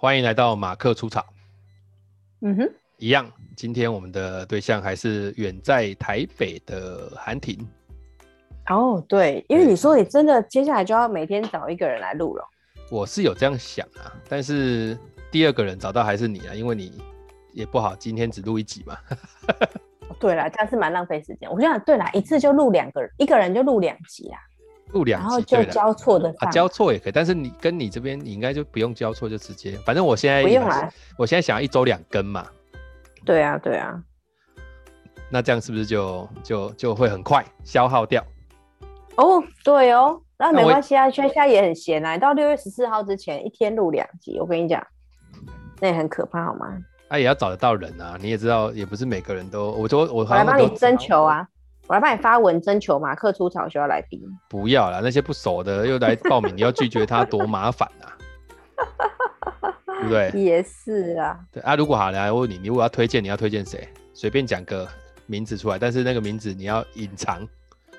欢迎来到马克出草。一样，今天我们的对象还是远在台北的韩婷。 对，因为你说你真的接下来就要每天找一个人来录了。 我是有这样想啊，但是第二个人找到还是你啊，因为你也不好今天只录一集嘛。 对啦，这样是蛮浪费时间。我想对啦，一次就录2个人，一个人就录2集啦。 录2集， 然后就交错的放。 交错也可以，但是你跟你这边你应该就不用交错，就直接，反正我现在不用啦。 我现在想要1周2更嘛。 对啊，对啊。 那这样是不是就会很快消耗掉？ 对哦，那没关系啊，现在也很闲啊。到6月14号之前，一天录2集，我跟你讲，那也很可怕，好吗？ 也要找得到人啊，你也知道，也不是每个人都，我来帮你征求啊。我来帮你发文征求马克出草需要来宾。 不要啦，那些不熟的又来报名，你要拒绝他多麻烦啊，对不对？ 也是啊。 对啊，如果好来，我问你，你如果要推荐，你要推荐谁？随便讲个名字出来，但是那个名字你要隐藏。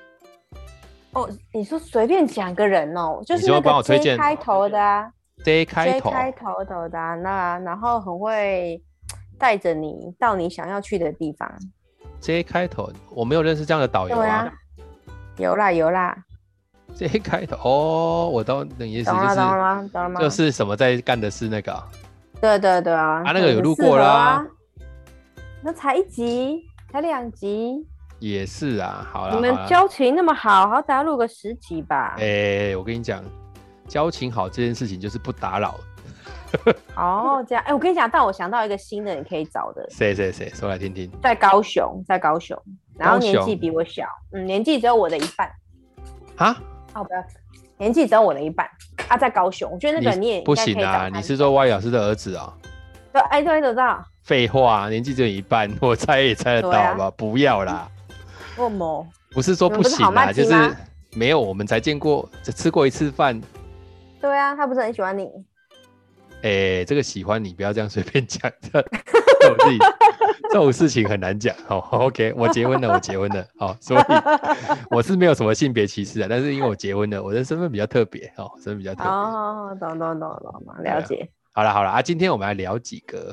你说随便讲个人哦，就是那个 J 开头的啊 ，J 开头的啊，然后很会带着你到你想要去的地方。 J 开头，我没有认识这样的导游啊。 有啦。 J 开头我懂你意思， 懂了吗？ 就是什么在干的事那个。 对啊。 那个有录过啦。 那才1集，才2集。 也是啊，好啦， 你们交情那么好，好歹要录个10集吧。 我跟你讲，交情好这件事情就是不打扰。 这样。我跟你讲，但我想到一个新的你可以找的。 谁？说来听听。 在高雄，然后年纪比我小，年纪只有我的1半。不要，年纪只有我的1半啊，在高雄。我觉得那个你也不行啊，你是说歪老师的儿子啊？ 对，知道。 废话，年纪只有1半，我猜也猜得到吧？不要啦。不是说不行啦，就是没有，我们才见过，只吃过1次饭。 对啊，他不是很喜欢你。 这个喜欢你不要这样随便讲，这种事情很难讲。OK， 我结婚了，所以我是没有什么性别歧视的，但是因为我结婚了，我的身份比较特别，身份比较特别。 懂，了解。 好了今天我们来聊几个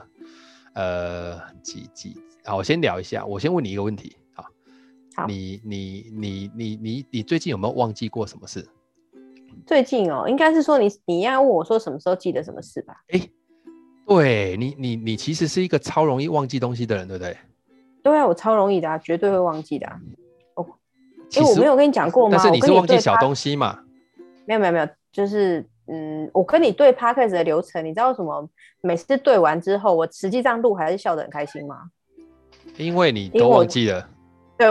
好，我先聊一下，我先问你一个问题。 好， 你最近有没有忘记过什么事？ 最近应该是说你要问我说什么时候记得什么事吧？ 对，你其实是一个超容易忘记东西的人，对不对？ 对啊，我超容易的啊，绝对会忘记的啊。我没有跟你讲过吗？ 但是你是忘记小东西嘛？ 没有，就是我跟你对 podcast 的流程，你知道什么？每次对完之后，我实际上录还是笑得很开心吗？ 因为你都忘记了。 对，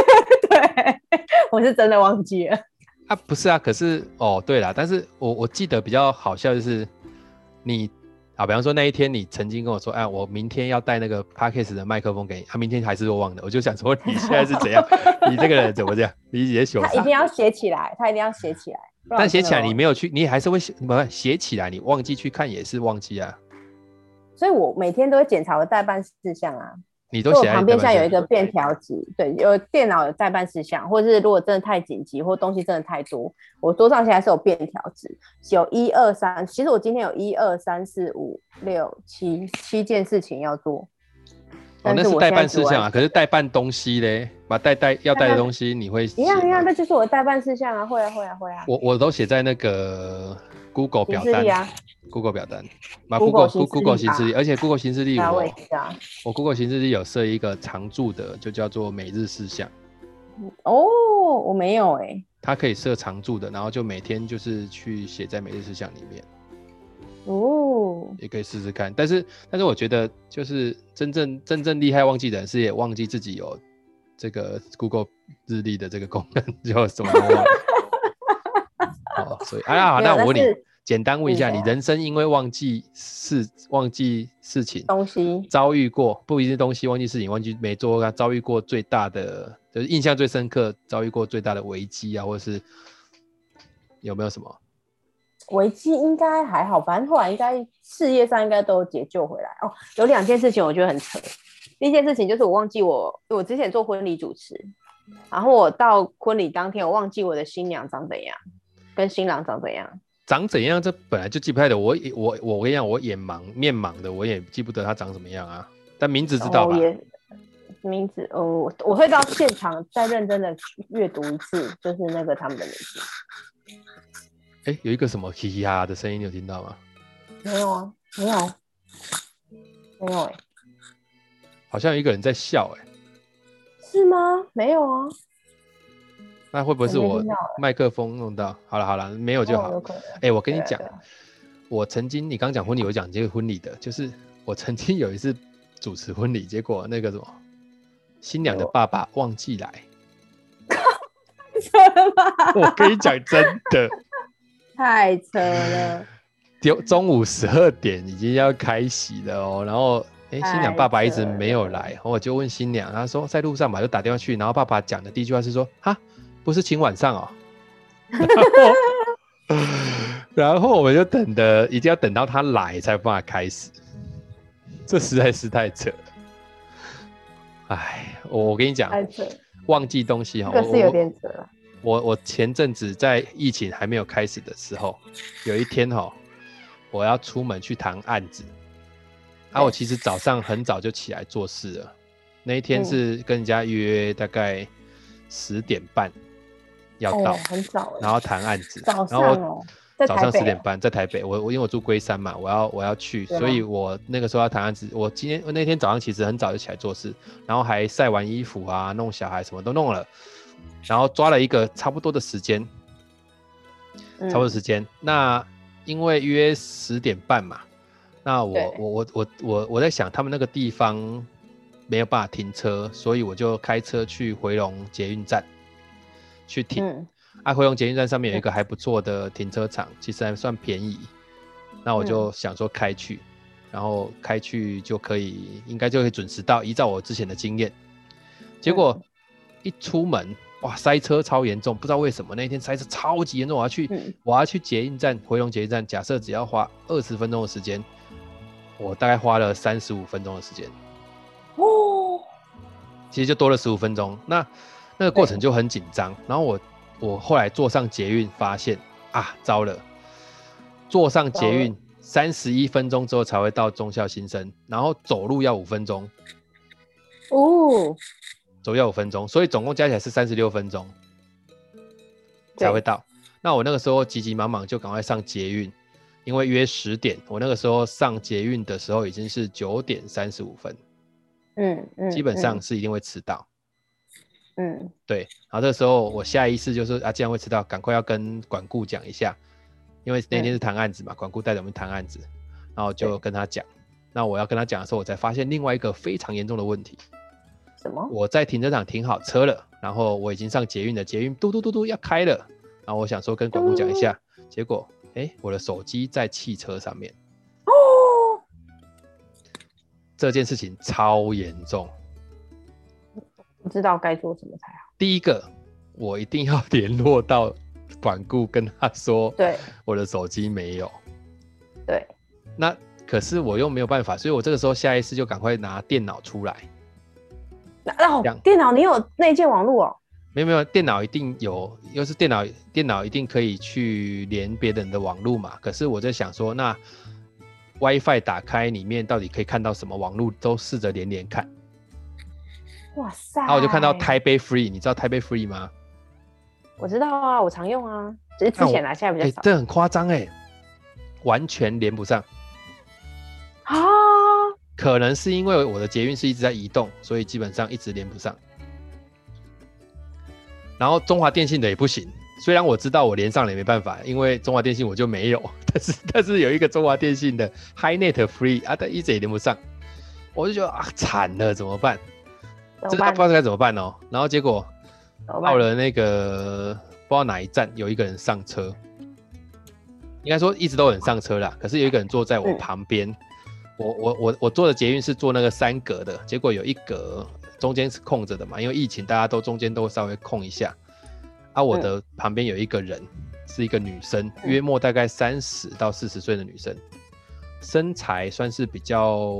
我是真的忘记了。 不是啊，可是对啦，但是我记得比较好笑就是你比方说那一天你曾经跟我说，我明天要带那个 podcast 的麦克风给你，明天还是我忘了，我就想说你现在是怎样？你这个人怎么这样？你也他一定要写起来， 但写起来你没有去，你还是会写起来，你忘记去看也是忘记啊。 所以我每天都会检查我的待办事项啊。 你都写在旁边现在有一个便条纸，对，有电脑有待办事项，或者是如果真的太紧急或东西真的太多，我桌上现在是有便条纸，有1、2、3，其实我今天有1、2、3、4、5、6、7件事情要做。 那是待办事项啊，可是待办东西嘞，要带的东西你会写？ 一样，那就是我的待办事项啊，会啊。 我都写在那个 Google 表单。Google 表单，Google 行事历，而且 Google 行事历我 Google 行事历有设一个常驻的，就叫做每日事项。 我没有它可以设常驻的，然后就每天就是去写在每日事项里面。也可以试试看，但是我觉得就是真正厉害忘记的人是也忘记自己有这个 Google 日历的这个功能，就什么都忘了。所以那我问你。简单问一下，你人生因为忘记事情东西遭遇过，不一定是东西，忘记事情，忘记没做过，遭遇过最大的，就是印象最深刻，遭遇过最大的危机啊，或者是有没有什么危机？应该还好，反正后来应该事业上应该都有解救回来。有2件事情我觉得很扯。第一件事情就是我忘记我之前做婚礼主持，然后我到婚礼当天我忘记我的新娘长怎样跟新郎长怎样。 长怎样这本来就记不太得，我跟你讲，我眼盲面盲的，我也记不得他长什么样啊，但名字知道吧？ 名字我会到现场再认真的阅读一次，就是那个他们的名字。 有一个什么嘻嘻哈哈的声音，你有听到吗？ 没有啊，没有好像有一个人在笑是吗？没有啊。 那会不会是我麦克风弄到？好了，没有就好。我跟你讲，我曾经你刚讲婚礼，我讲这个婚礼的，就是我曾经有一次主持婚礼，结果那个什么新娘的爸爸忘记来， 太扯了吧！ 我跟你讲真的， 太扯了。 中午12点已经要开席了哦，然后新娘爸爸一直没有来，我就问新娘，她说在路上嘛，就打电话去，然后爸爸讲的第一句话是说哈。不是请晚上哦，然后我们就一定要等到他来才办法开始，这实在是太扯了。我跟你讲，忘记东西这个是有点扯了。 我前阵子在疫情还没有开始的时候，有一天我要出门去谈案子，我其实早上很早就起来做事了。那一天是跟人家约大概10点半。要到很早， 然后谈案子， 早上早上10点半在台北，我因为我住龟山嘛，我要去，所以我那个时候要谈案子。我那天早上其实很早就起来做事，然后还晒完衣服啊，弄小孩什么都弄了，然后抓了一个差不多的时间，那因为约10点半嘛，那我在想他们那个地方没有办法停车，所以我就开车去回龙捷运站。去停，回龙捷运站上面有一个还不错的停车场，其实还算便宜。那我就想说开去，然后开去应该就可以准时到，依照我之前的经验。结果一出门，哇，塞车超严重，不知道为什么那天塞车超级严重。我要去捷运站，回龙捷运站，假设只要花20分钟的时间，我大概花了35分钟的时间。其实就多了15分钟。那个过程就很紧张，然后我后来坐上捷运，发现糟了，坐上捷运31分钟之后才会到忠孝新生，然后走路要5分钟，走要5分钟，所以总共加起来是36分钟才会到。那我那个时候急急忙忙就赶快上捷运，因为约10点，我那个时候上捷运的时候已经是9点35分，基本上是一定会迟到。对，然后这时候我下意识就是既然会迟到，赶快要跟管顾讲一下，因为那天是谈案子嘛，管顾带着我们谈案子，然后就跟他讲。那我要跟他讲的时候，我才发现另外一个非常严重的问题。 什么？ 我在停车场停好车了，然后我已经上捷运了，捷运嘟嘟嘟嘟要开了，然后我想说跟管顾讲一下，结果我的手机在汽车上面。这件事情超严重。 不知道该做什么才好。 第一个，我一定要联络到管顾，跟他说， 对， 我的手机没有。 对， 那可是我又没有办法，所以我这个时候下意识就赶快拿电脑出来。 电脑你有内建网络哦？ 没有，电脑一定有，又是电脑一定可以去连别人的网络嘛。可是我在想说，那 WiFi 打开里面到底可以看到什么网络，都试着连看。 哇塞！ 我就看到台北 Free， 你知道台北 Free 吗？ 我知道啊，我常用啊，只是之前现在比较少。 这很夸张完全连不上啊！ 可能是因为我的捷运是一直在移动，所以基本上一直连不上。然后中华电信的也不行，虽然我知道我连上了也没办法，因为中华电信我就没有，但是有一个中华电信的 HiNet Free 但一直也连不上，我就觉得惨了，怎么办？真的不知道该怎么办哦。然后结果到了那个不知道哪一站，有一个人上车，应该说一直都有人上车啦。可是有一个人坐在我旁边，我坐的捷运是坐那个3格的，结果有一格中间是空着的嘛，因为疫情大家都中间都稍微空一下。我的旁边有一个人是一个女生，约莫大概30到40岁的女生，身材算是比较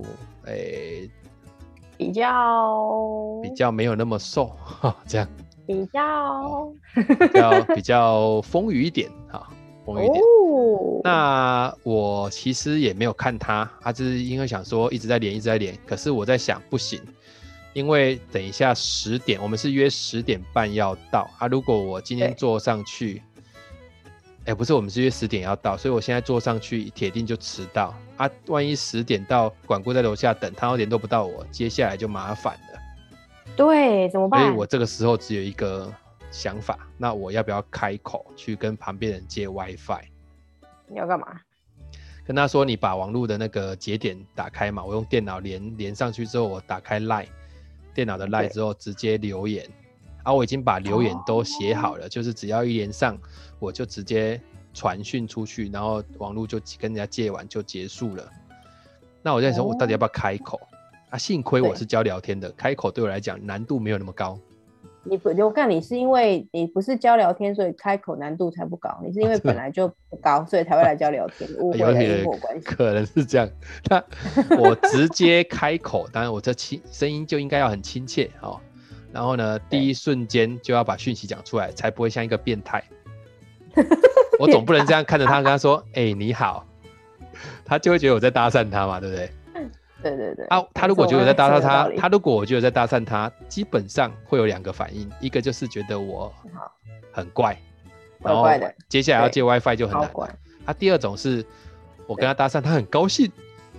比较没有那么瘦这样，比较丰腴一点丰裕一点。那我其实也没有看他就是因为想说一直在连，可是我在想不行，因为等一下10点，我们是约10点半要到如果我今天坐上去，不是，我们是约10点要到，所以我现在坐上去铁定就迟到万一10点到，管顾在楼下等，他联络不到我，接下来就麻烦了。 对，怎么办？ 所以我这个时候只有一个想法，那我要不要开口去跟旁边人借 WiFi？ 你要干嘛？ 跟他说你把网络的那个节点打开嘛，我用电脑连上去之后，我打开 LINE 电脑的 LINE 之后直接留言我已经把留言都写好了，就是只要一连上我就直接传讯出去，然后网络就跟人家借完就结束了。那我在说我到底要不要开口幸亏我是教聊天的，开口对我来讲难度没有那么高。 我看你是因为你不是教聊天，所以开口难度才不高。你是因为本来就不高，所以才会来教聊天，误会了因果关系。 可能是这样。那我直接开口，当然我这声音就应该要很亲切然后呢，第一瞬间就要把讯息讲出来，才不会像一个变态。我总不能这样看着他跟他说你好，他就会觉得我在搭讪他嘛，对不对？ 对他如果觉得我在搭讪他如果我觉得在搭讪他，基本上会有2个反应，一个就是觉得我很怪，然后接下来要借 WiFi 就很难。第二种是我跟他搭讪，他很高兴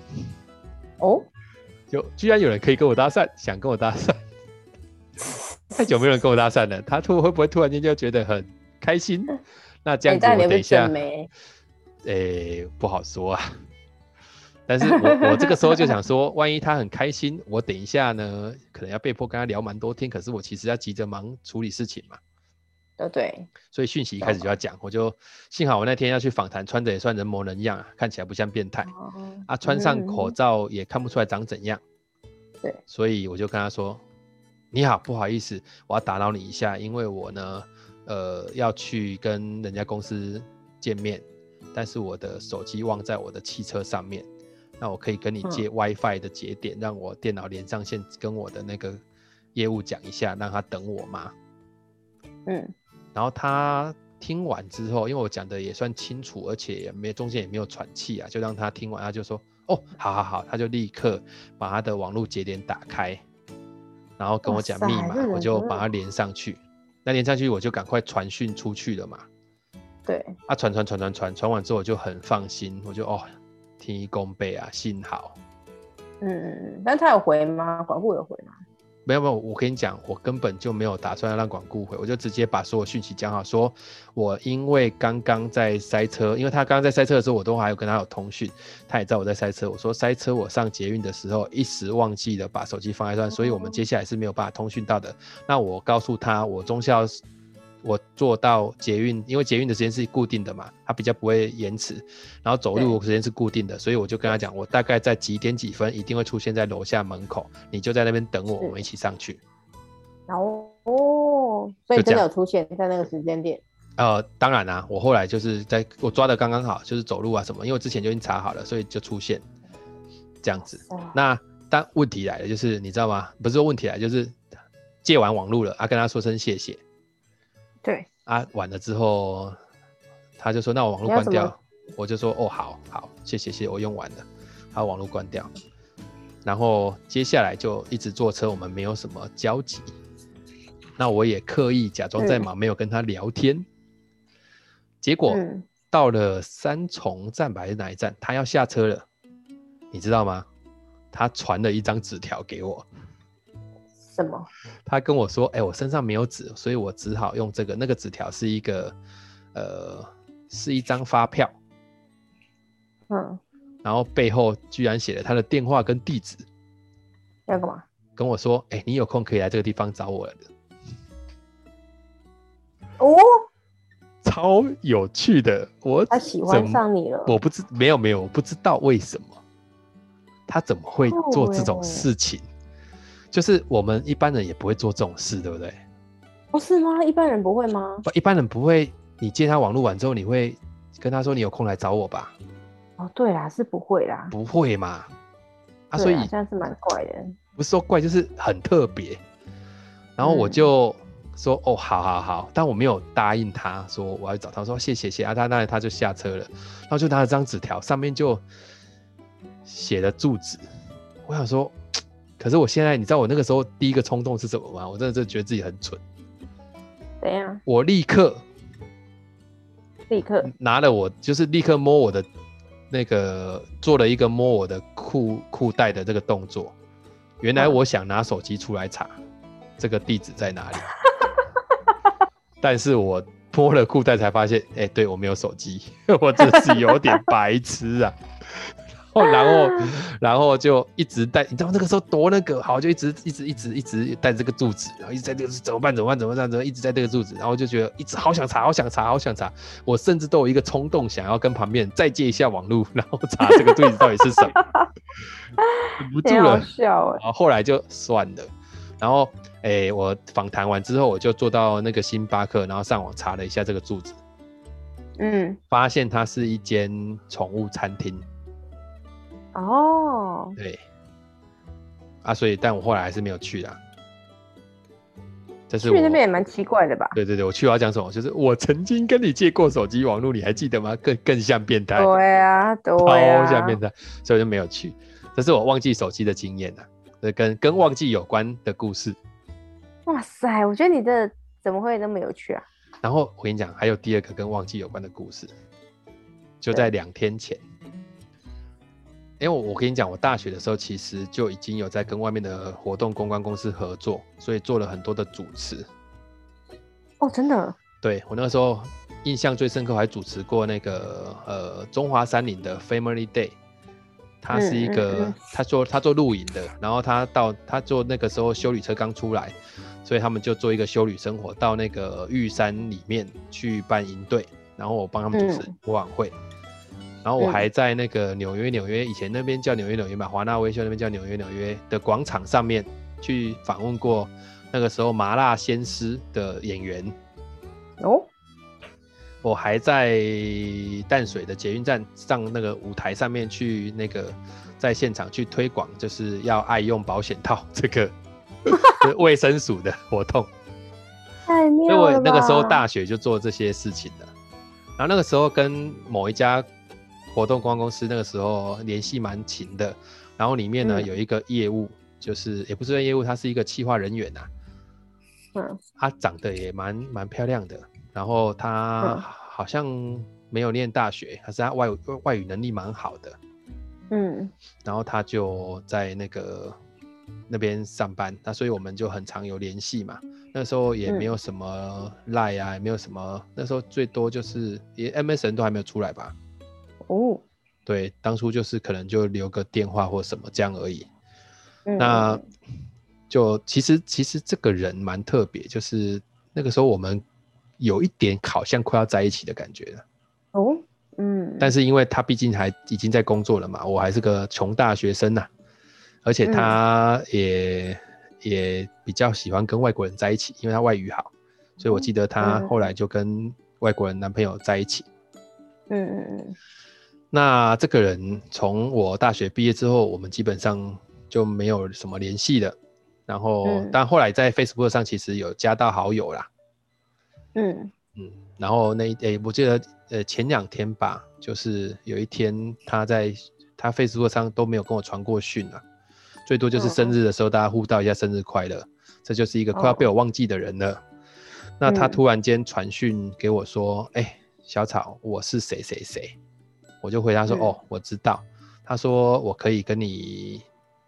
就居然有人可以跟我搭讪，想跟我搭讪。太久没有人跟我搭讪了，他会不会突然间就觉得很开心？那这样子我等一下不好说但是我这个时候就想说，万一他很开心，我等一下呢可能要被迫跟他聊蛮多天，可是我其实要急着忙处理事情嘛。 对， 所以讯息一开始就要讲，我就幸好我那天要去访谈，穿着也算人模人样看起来不像变态穿上口罩也看不出来长怎样。 对， 所以我就跟他说，你好，不好意思，我要打扰你一下，因为我呢要去跟人家公司见面，但是我的手机忘在我的汽车上面，那我可以跟你借 WiFi 的节点，让我电脑连上线，跟我的那个业务讲一下，让他等我吗？然后他听完之后，因为我讲的也算清楚，而且中间也没有喘气就让他听完，他就说好，他就立刻把他的网络节点打开，然后跟我讲密码，我就把它连上去。那连上去我就赶快传讯出去了嘛。 对传完之后我就很放心，我就天意公备幸好。 但他有回吗？管顾有回吗？ 没有，我跟你讲，我根本就没有打算要让管顾回，我就直接把所有讯息讲好，说我因为刚刚在塞车，因为他刚刚在塞车的时候，我都还有跟他有通讯，他也知道我在塞车，我说塞车我上捷运的时候一时忘记了把手机放在上，所以我们接下来是没有办法通讯到的。那我告诉他，我中校我坐到捷运，因为捷运的时间是固定的嘛，它比较不会延迟，然后走路的时间是固定的，所以我就跟他讲，我大概在几点几分一定会出现在楼下门口，你就在那边等我，我们一起上去。 所以真的有出现在那个时间点？ 当然我后来就是我抓的刚刚好，就是走路什么，因为我之前就已经查好了，所以就出现这样子。那但问题来了，就是你知道吗？不是说问题来，就是借完网路了跟他说声谢谢。 对完了之后他就说那我网络关掉，我就说好，谢谢，我用完了，他网络关掉，然后接下来就一直坐车，我们没有什么交集。那我也刻意假装在忙，没有跟他聊天。结果到了三重站吧还是哪一站，他要下车了，你知道吗？他传了一张纸条给我。 什么？ 他跟我说我身上没有纸，所以我只好用这个。那个纸条是一张发票，然后背后居然写了他的电话跟地址。 要干嘛？ 跟我说你有空可以来这个地方找我了。超有趣的。 他喜欢上你了？ 我不知没有，我不知道为什么他怎么会做这种事情。就是我们一般人也不会做这种事，对不对？ 是吗？一般人不会吗？ 一般人不会。你借他网路完之后，你会跟他说你有空来找我吧？ 对啦，是不会啦。 不会嘛？所以这样是蛮怪的。 不是说怪，就是很特别。然后我就说哦，好好好，但我没有答应他说我要去找他，说谢谢啊，他就下车了，然后就拿了张纸条，上面就写了住址。我想说，可是我现在，你知道我那个时候第一个冲动是什么吗？我真的觉得自己很蠢。 怎样？ 我立刻拿了就是立刻摸我的那个，做了一个摸我的裤带的这个动作。原来我想拿手机出来查这个地址在哪里，但是我摸了裤带才发现，对，我没有手机，我真是有点白痴啊。然后就一直带，你知道那个时候多那个好，就一直带这个住址，然后一直在这个怎么办，一直在这个住址，然后就觉得一直好想查。我甚至都有一个冲动，想要跟旁边人再借一下网路，然后查这个位置到底是什么，忍不住了。然后后来就算了。然后我访谈完之后，我就坐到那个星巴克，然后上网查了一下这个住址，发现它是一间宠物餐厅。 哦， 对，所以但我后来还是没有去啦。 去那边也蛮奇怪的吧？ 对，我去我要讲什么？就是我曾经跟你借过手机网络，你还记得吗？更像变态。 对啊， 超像变态，所以我就没有去。这是我忘记手机的经验啊，跟忘记有关的故事。 哇塞，我觉得你这怎么会那么有趣啊？ 然后我跟你讲，还有第二个跟忘记有关的故事，就在2天前。因为我跟你讲，我大学的时候其实就已经有在跟外面的活动公关公司合作，所以做了很多的主持。 哦，真的？ 对，我那个时候印象最深刻，还主持过那个中华山林的 Family Day。他是一个，他做露营的，然后他做那个时候休旅车刚出来，所以他们就做一个休旅生活，到那个玉山里面去办营队，然后我帮他们主持博览会。然后我还在那个纽约以前那边叫纽约嘛，华纳威秀那边叫纽约的广场上面去访问过那个时候麻辣鲜师的演员。 哦，我还在淡水的捷运站上那个舞台上面去那个在现场去推广，就是要爱用保险套这个卫生署的活动。 太妙了吧！ 所以我那个时候大学就做这些事情了。然后那个时候跟某一家活动公关公司那个时候联系蛮勤的，然后里面呢有一个业务，就是也不是业务，他是一个企划人员啊。他长得也蛮漂亮的，然后他好像没有念大学，可是他外语能力蛮好的。然后他就在那边上班，所以我们就很常有联系嘛。那时候也没有什么 LINE 啊，也没有什么，那时候最多就是MSN 都还没有出来吧。对，当初就是可能就留个电话或什么这样而已。那就其实这个人蛮特别，就是那个时候我们有一点好像快要在一起的感觉了。但是因为他毕竟已经在工作了嘛，我还是个穷大学生啊，而且他也比较喜欢跟外国人在一起，因为他外语好，所以我记得他后来就跟外国人男朋友在一起。那这个人从我大学毕业之后，我们基本上就没有什么联系了。然后，但后来在 Facebook 上其实有加到好友啦。然后我记得前2天吧，就是有一天他 Facebook 上都没有跟我传过讯啊，最多就是生日的时候大家互道一下生日快乐，这就是一个快要被我忘记的人了。那他突然间传讯给我说：“小草，我是谁谁谁。”我就回答说：“哦，我知道。”他说：“我可以跟你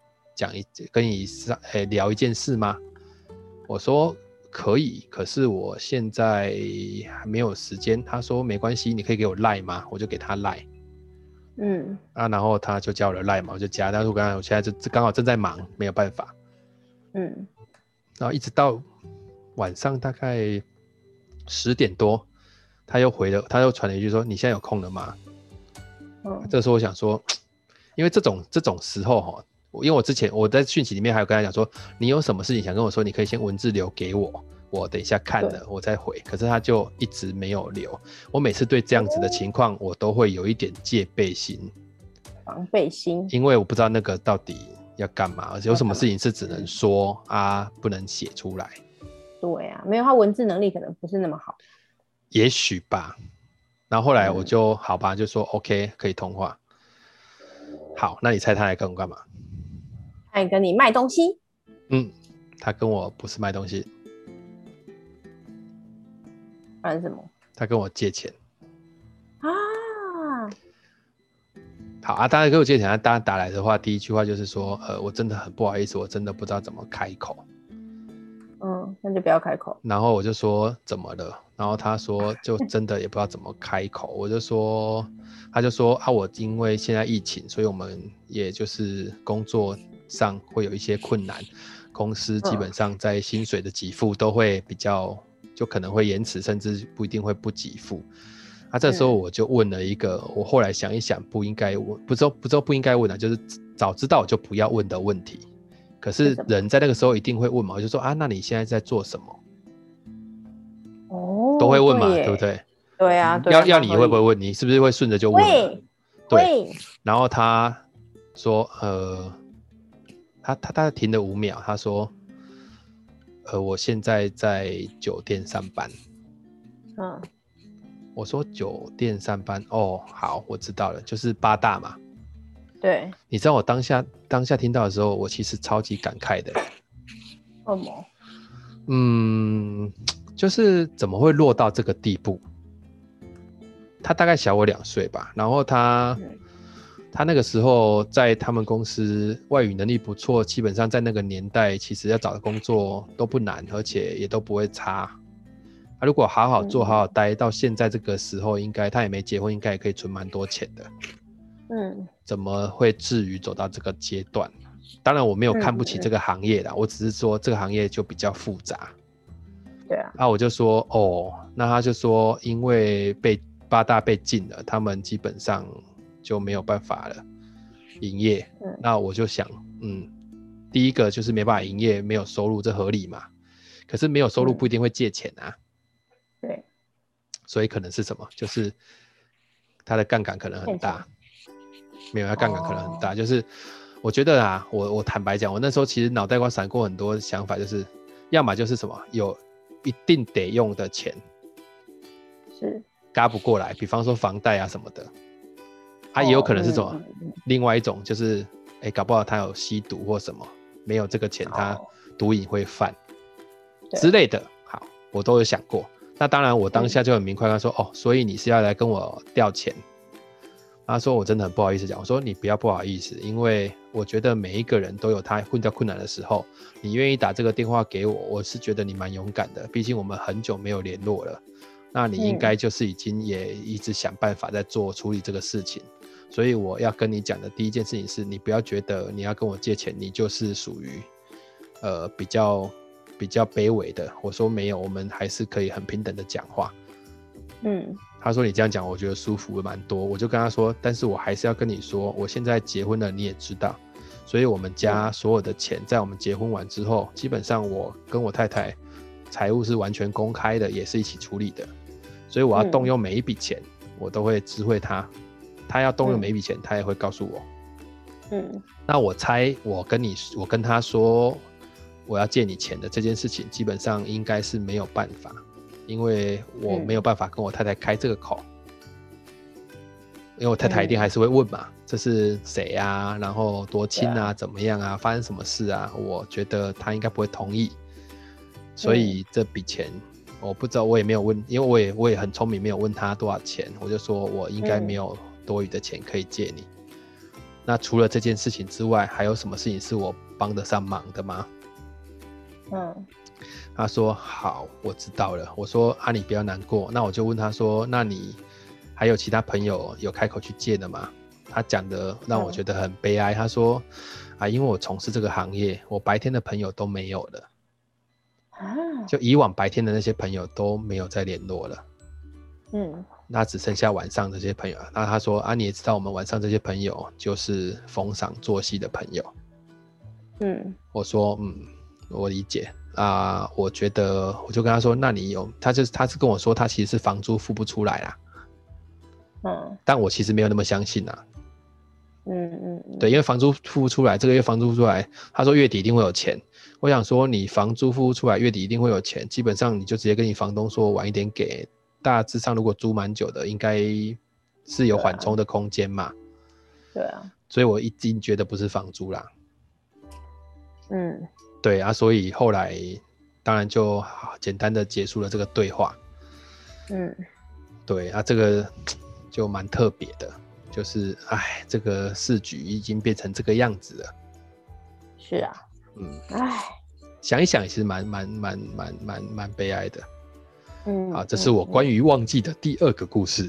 聊一件事吗？”我说：“可以，可是我现在还没有时间。”他说：“没关系，你可以给我 LINE 吗？”我就给他 LINE。然后他就加我的 LINE 嘛，我就加。但是我现在就刚好正在忙，没有办法。然后一直到晚上大概10点多，他又传了一句说：“你现在有空了吗？”这个时候我想说，因为这种时候因为我在讯息里面还有跟他讲说，你有什么事情想跟我说，你可以先文字留给我，我等一下看了我再回。可是他就一直没有留。我每次对这样子的情况，我都会有一点戒备心、 防备心， 因为我不知道那个到底要干嘛，有什么事情是只能说啊，不能写出来。 对啊，没有他文字能力可能不是那么好。 也许吧。然后后来我就好吧，就说 OK 可以通话。好，那你猜他来跟我干嘛？ 他来跟你卖东西。 他跟我不是卖东西。 不然什么？ 他跟我借钱。 啊。 好啊，当然跟我借钱，他当然打来的话，第一句话就是说，我真的很不好意思，我真的不知道怎么开口。 那就不要开口。 然后我就说怎么了？然后他说就真的也不知道怎么开口。我就说，他就说啊，我因为现在疫情，所以我们也就是工作上会有一些困难，公司基本上在薪水的给付都会比较，就可能会延迟，甚至不一定会不给付。这时候我就问了一个，我后来想一想不应该问，不知道不应该问的，就是早知道我就不要问的问题。可是人在那个时候一定会问嘛，我就说啊，那你现在在做什么？都会问嘛，对不对？ 对啊， 要你会不会问？你是不是会顺着就问？对。然后他说，他停了5秒，他说，我现在在酒店上班。我说酒店上班，哦，好，我知道了，就是8大嘛。 对。 你知道我当下听到的时候，我其实超级感慨的。 为什么？ 就是怎么会落到这个地步？他大概小我2岁吧，然后他那个时候在他们公司外语能力不错，基本上在那个年代其实要找的工作都不难，而且也都不会差。如果好好做好好待，到现在这个时候，应该他也没结婚，应该也可以存蛮多钱的。怎么会至于走到这个阶段？当然我没有看不起这个行业啦，我只是说这个行业就比较复杂。 对啊。 我就说那他就说因为8大被禁了，他们基本上就没有办法了营业。那我就想第一个就是没办法营业，没有收入，这合理嘛？可是没有收入不一定会借钱啊。 对。 所以可能是什么？就是他的杠杆可能很大。没有，他杠杆可能很大。就是我觉得啊，我坦白讲，我那时候其实脑袋瓜闪过很多想法，就是要么就是什么有一定得用的钱是嘎不过来，比方说房贷啊什么的。也有可能是什么另外一种就是搞不好他有吸毒或什么，没有这个钱他毒瘾会犯之类的。好，我都有想过。那当然我当下就很明快跟他说所以你是要来跟我调钱？他说我真的很不好意思讲。我说你不要不好意思，因为我觉得每一个人都有他遇到困难的时候，你愿意打这个电话给我，我是觉得你蛮勇敢的，毕竟我们很久没有联络了，那你应该就是已经也一直想办法在处理这个事情。所以我要跟你讲的第一件事情是，你不要觉得你要跟我借钱你就是属于比较卑微的。我说没有，我们还是可以很平等的讲话。他说你这样讲我觉得舒服蛮多。我就跟他说，但是我还是要跟你说，我现在结婚了你也知道，所以我们家所有的钱在我们结婚完之后，基本上我跟我太太财务是完全公开的，也是一起处理的。所以我要动用每一笔钱我都会知会他，他要动用每一笔钱他也会告诉我。那我猜我跟他说我要借你钱的这件事情基本上应该是没有办法，因为我没有办法跟我太太开这个口。因为我太太一定还是会问嘛，这是谁啊，然后多亲啊，怎么样啊，发生什么事啊，我觉得他应该不会同意。所以这笔钱我不知道，我也没有问，因为我也很聪明，没有问他多少钱，我就说我应该没有多余的钱可以借你。那除了这件事情之外，还有什么事情是我帮得上忙的吗？他说好，我知道了。我说你不要难过。那我就问他说，那你还有其他朋友有开口去借的吗？他讲的让我觉得很悲哀。他说因为我从事这个行业，我白天的朋友都没有了。就以往白天的那些朋友都没有再联络了。那只剩下晚上这些朋友。那他说你也知道我们晚上这些朋友就是逢场作戏的朋友。我说我理解。我觉得我就跟他说，那你有他是跟我说他其实是房租付不出来啦。但我其实没有那么相信啊。 对，因为房租付不出来，这个月房租付出来，他说月底一定会有钱。我想说，你房租付不出来，月底一定会有钱，基本上你就直接跟你房东说晚一点给。大致上如果租蛮久的，应该是有缓冲的空间嘛。 对啊。 所以我一定觉得不是房租啦。对啊，所以后来当然就简单的结束了这个对话。对啊，这个就蛮特别的，就是这个市局已经变成这个样子了。 是啊。 想一想也是蛮悲哀的。好，这是我关于忘记的第2个故事。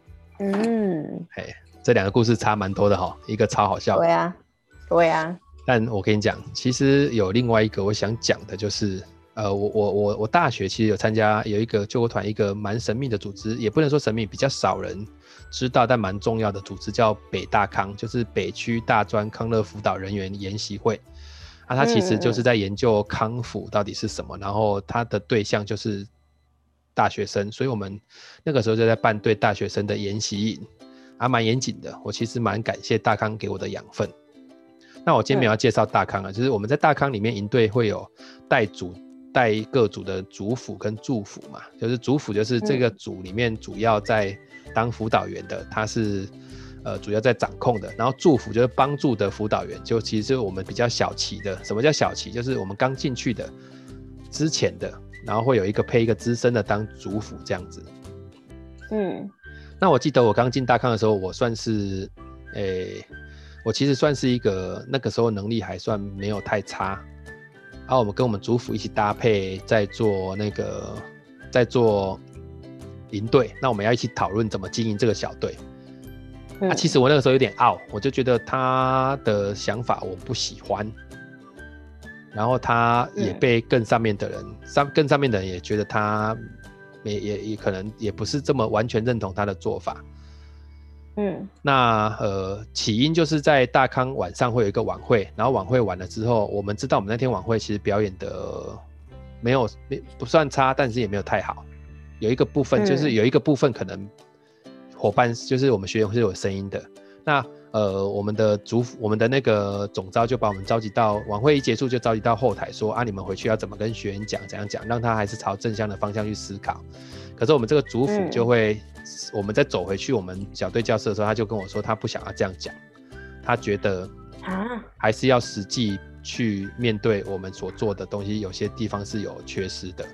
这2个故事差蛮多的齁，一个超好笑。 对啊。 但我跟你讲，其实有另外一个我想讲的，就是我大学其实有参加有一个救国团，一个蛮神秘的组织，也不能说神秘，比较少人知道但蛮重要的组织，叫北大康，就是北区大专康乐辅导人员研习会。它其实就是在研究康复到底是什么，然后它的对象就是大学生，所以我们那个时候就在办对大学生的研习营，蛮严谨的。我其实蛮感谢大康给我的养分。那我今天没有要介绍大康就是我们在大康里面营队会有带各组的主辅跟助辅嘛，就是主辅就是这个组里面主要在当辅导员的，他是主要在掌控的，然后助辅就是帮助的辅导员，就其实是我们比较小期的。什么叫小期？就是我们刚进去的之前的，然后会有一个配一个资深的当主辅这样子。那我记得我刚进大康的时候，我算是我其实算是一个那个时候能力还算没有太差，然后我们跟我们主辅一起搭配在做营队，那我们要一起讨论怎么经营这个小队。其实我那个时候有点傲，我就觉得他的想法我不喜欢，然后他也被更上面的人也觉得他也可能也不是这么完全认同他的做法。那起因就是在大康晚上会有一个晚会，然后晚会完了之后，我们知道我们那天晚会其实表演的不算差，但是也没有太好。有一个部分就是有一个部分可能伙伴就是我们学员是有声音的，那我们的那个总召就把我们召集到晚会一结束就召集到后台说你们回去要怎么跟学员讲，怎样讲，让他还是朝正向的方向去思考。可是我们这个主辅就会我们在走回去我们小队教室的时候，他就跟我说他不想要这样讲，他觉得还是要实际去面对我们所做的东西，有些地方是有缺失的。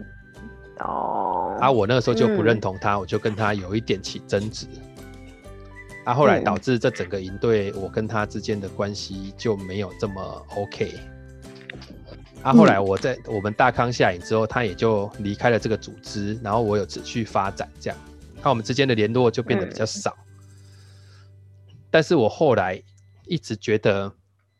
我那个时候就不认同他，我就跟他有一点起争执。后来导致这整个营队我跟他之间的关系就没有这么 OK。后来我们大康下营之后，他也就离开了这个组织，然后我有持续发展这样，我们之间的联络就变得比较少。但是我后来一直觉得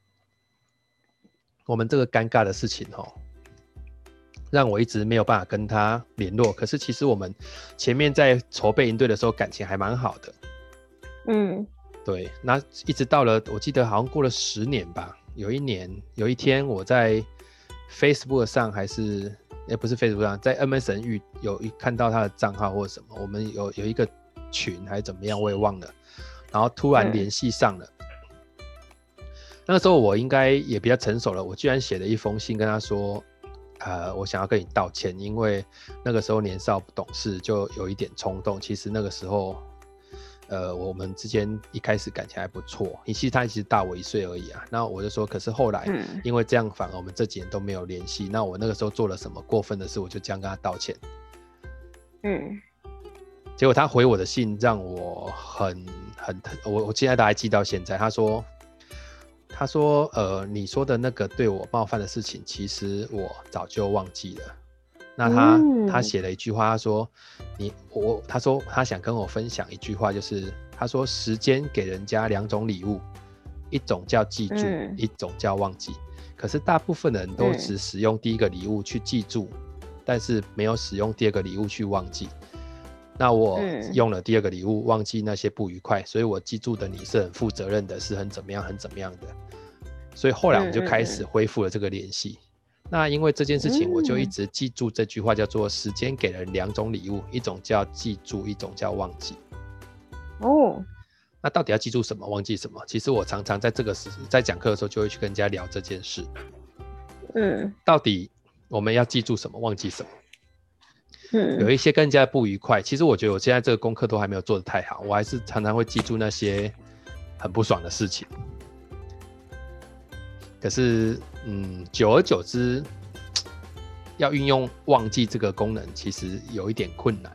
我们这个尴尬的事情让我一直没有办法跟他联络。可是其实我们前面在筹备营队的时候感情还蛮好的。对，那一直到了我记得好像过了10年吧，有一天我在 Facebook 上还是不是 Facebook 上，在 MSN 有看到他的账号或者什么，我们有一个群还是怎么样我也忘了，然后突然联系上了。那个时候我应该也比较成熟了，我居然写了一封信跟他说我想要跟你道歉，因为那个时候年少不懂事，就有一点冲动。其实那个时候我们之间一开始感情还不错，他其实大我1岁而已那我就说，可是后来因为这样反而我们这几年都没有联系，那我那个时候做了什么过分的事，我就这样跟他道歉。结果他回我的信让我我现在都还记到现在。他说你说的那个对我冒犯的事情其实我早就忘记了。那他写了一句话，他说他说他想跟我分享一句话，就是他说时间给人家2种礼物，一种叫记住，一种叫忘记。可是大部分人都只使用第一个礼物去记住，但是没有使用第二个礼物去忘记。那我用了第二个礼物忘记那些不愉快，所以我记住的你是很负责任的，是很怎么样的。所以后来我们就开始恢复了这个联系。那因为这件事情我就一直记住这句话，叫做时间给人2种礼物，一种叫记住，一种叫忘记。 那到底要记住什么，忘记什么？其实我常常在这个在讲课的时候就会去跟人家聊这件事。到底我们要记住什么，忘记什么？有一些跟人家不愉快，其实我觉得我现在这个功课都还没有做得太好，我还是常常会记住那些很不爽的事情。可是，久而久之，要运用忘记这个功能，其实有一点困难。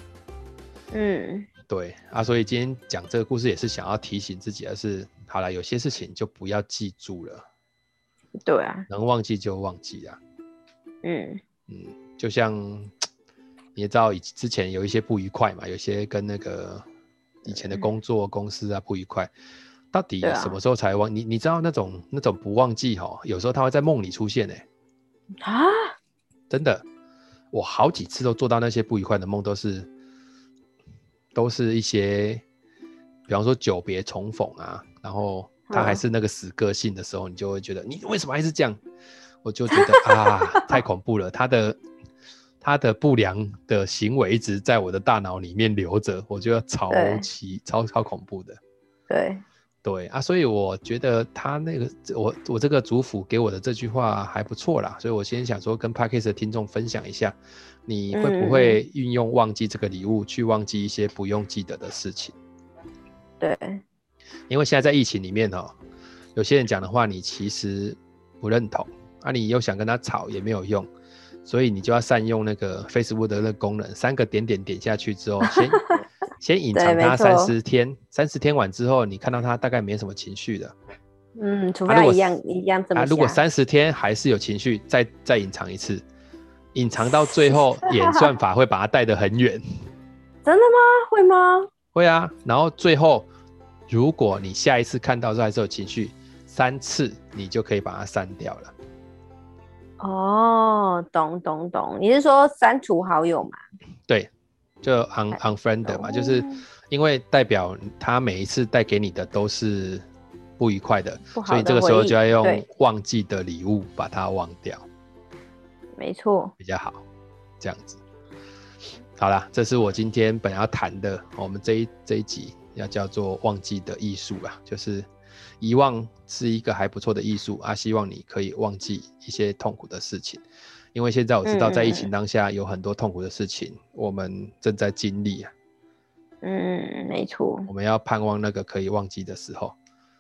对啊，所以今天讲这个故事也是想要提醒自己的是，好了，有些事情就不要记住了。 对啊， 能忘记就忘记啊。就像你也知道，之前有一些不愉快嘛，有些跟那个以前的工作公司啊不愉快，到底什么时候才忘？你知道那种不忘记有时候他会在梦里出现真的，我好几次都做到那些不愉快的梦，都是一些，比方说久别重逢啊，然后他还是那个死个性的时候，你就会觉得你为什么还是这样？我就觉得太恐怖了，他的不良的行为一直在我的大脑里面留着，我觉得超恐怖的。对啊，所以我觉得他那个我这个主辅给我的这句话还不错啦，所以我先想说跟 Podcast 的听众分享一下，你会不会运用忘记这个礼物去忘记一些不用记得的事情？ 对， 因为现在在疫情里面有些人讲的话你其实不认同，你又想跟他吵也没有用，所以你就要善用那个 Facebook 的那个功能，3个点点下去之后，先隐藏他30天，30天完之后，你看到他大概没什么情绪的。 除非他一样这么如果30天还是有情绪，再隐藏一次，隐藏到最后，演算法会把它带得很远。 真的吗？会吗？ 会啊。然后最后，如果你下一次看到之后还是有情绪，3次你就可以把它删掉了。 懂，你是说删除好友吗？ 对，就 unfriend 嘛，就是因为代表他每一次带给你的都是不愉快的，所以这个时候就要用忘记的礼物把它忘掉。 没错， 比较好，这样子。好啦，这是我今天本来要谈的，我们这一集要叫做忘记的艺术啦，就是遗忘是一个还不错的艺术希望你可以忘记一些痛苦的事情，因为现在我知道在疫情当下有很多痛苦的事情我们正在经历没错， 我们要盼望那个可以忘记的时候。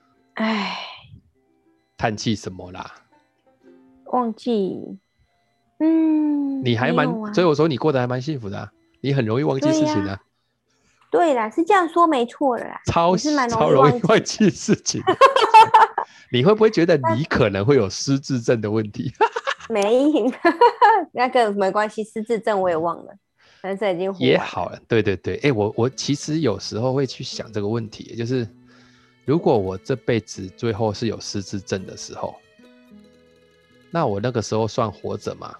叹气什么啦？ 忘记你还所以我说你过得还蛮幸福的你很容易忘记事情对啦，是这样说没错的啦， 超容易忘记事情你会不会觉得你可能会有失智症的问题？ 没那个没关系，失智症我也忘了，但是已经也好了。对，我其实有时候会去想这个问题，就是如果我这辈子最后是有失智症的时候，那我那个时候算活着吗？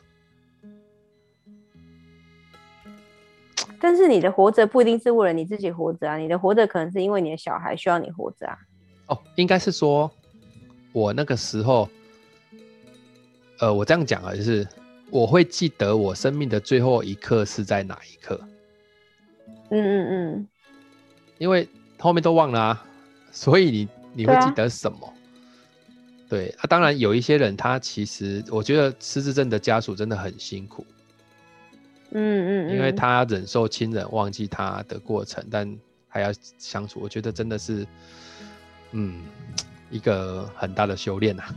但是你的活着不一定是为了你自己活着你的活着可能是因为你的小孩需要你活着应该是说我那个时候我这样讲就是我会记得我生命的最后一刻是在哪一刻。因为后面都忘了所以你会记得什么？对当然有一些人他其实我觉得失智症的家属真的很辛苦。因为他忍受亲人忘记他的过程，但还要相处，我觉得真的是一个很大的修炼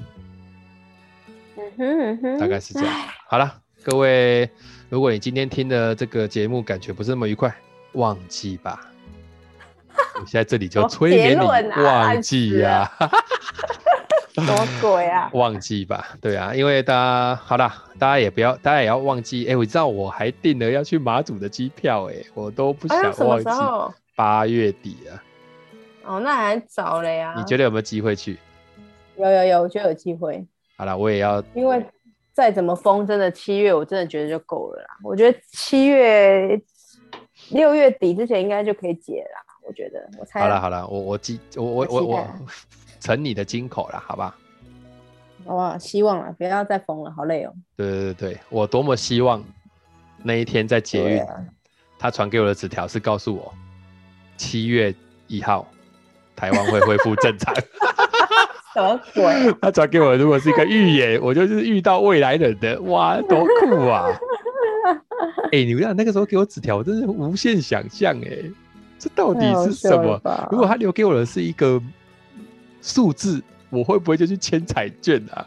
大概是这样。好了，各位，如果你今天听的这个节目感觉不是那么愉快，忘记吧。我现在这里就催眠你忘记什么鬼忘记吧，对因为大家也要忘记我知道我还订了要去马祖的机票我都不想忘记8月底了。 那还早了呀。 你觉得有没有机会去？ 有，我觉得有机会。 好啦，我也要， 因为再怎么封，真的7月我真的觉得就够了啦。我觉得7月6月底之前应该就可以解了，我觉得我猜。 好了，我承你的金口了，好吧？ 哇，希望了，不要再封了，好累哦。 对，我多么希望那一天在捷运他传给我的纸条是告诉我7月1号台湾会恢复正常。 什么鬼？ 他传给我，如果是一个预言，我就是遇到未来人的，哇，多酷啊！你们那个时候给我纸条，我真是无限想象这到底是什么？如果他留给我的是一个数字，我会不会就去签彩券啊？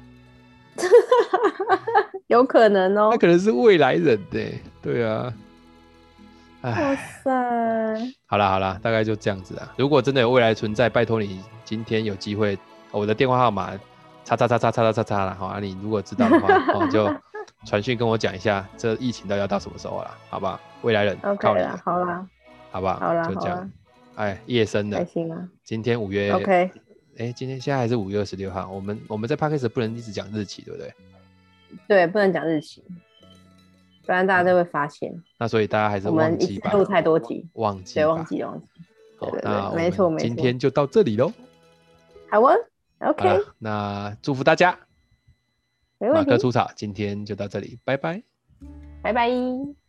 有可能哦， 他可能是未来人的，对啊。 哇塞！ 好啦，大概就这样子啊。如果真的有未来存在，拜托你今天有机会，我的电话号码叉啦，好啊。你如果知道的话，就传讯跟我讲一下，这疫情到底要到什么时候啦，好不好？未来人靠你了， 好啦， 好不好？好啦，就这样。夜深了， 开心啊！ 今天5月 OK， 今天现在还是5月26号。我们在 Podcast 不能一直讲日期，对不对？ 对，不能讲日期，不然大家都会发现。 那所以大家还是忘记吧。 我们录太多集， 忘记。 好， 那没错， 今天就到这里喽。 好啊 ，OK。 那祝福大家。马克出草，今天就到这里，拜拜。 拜拜。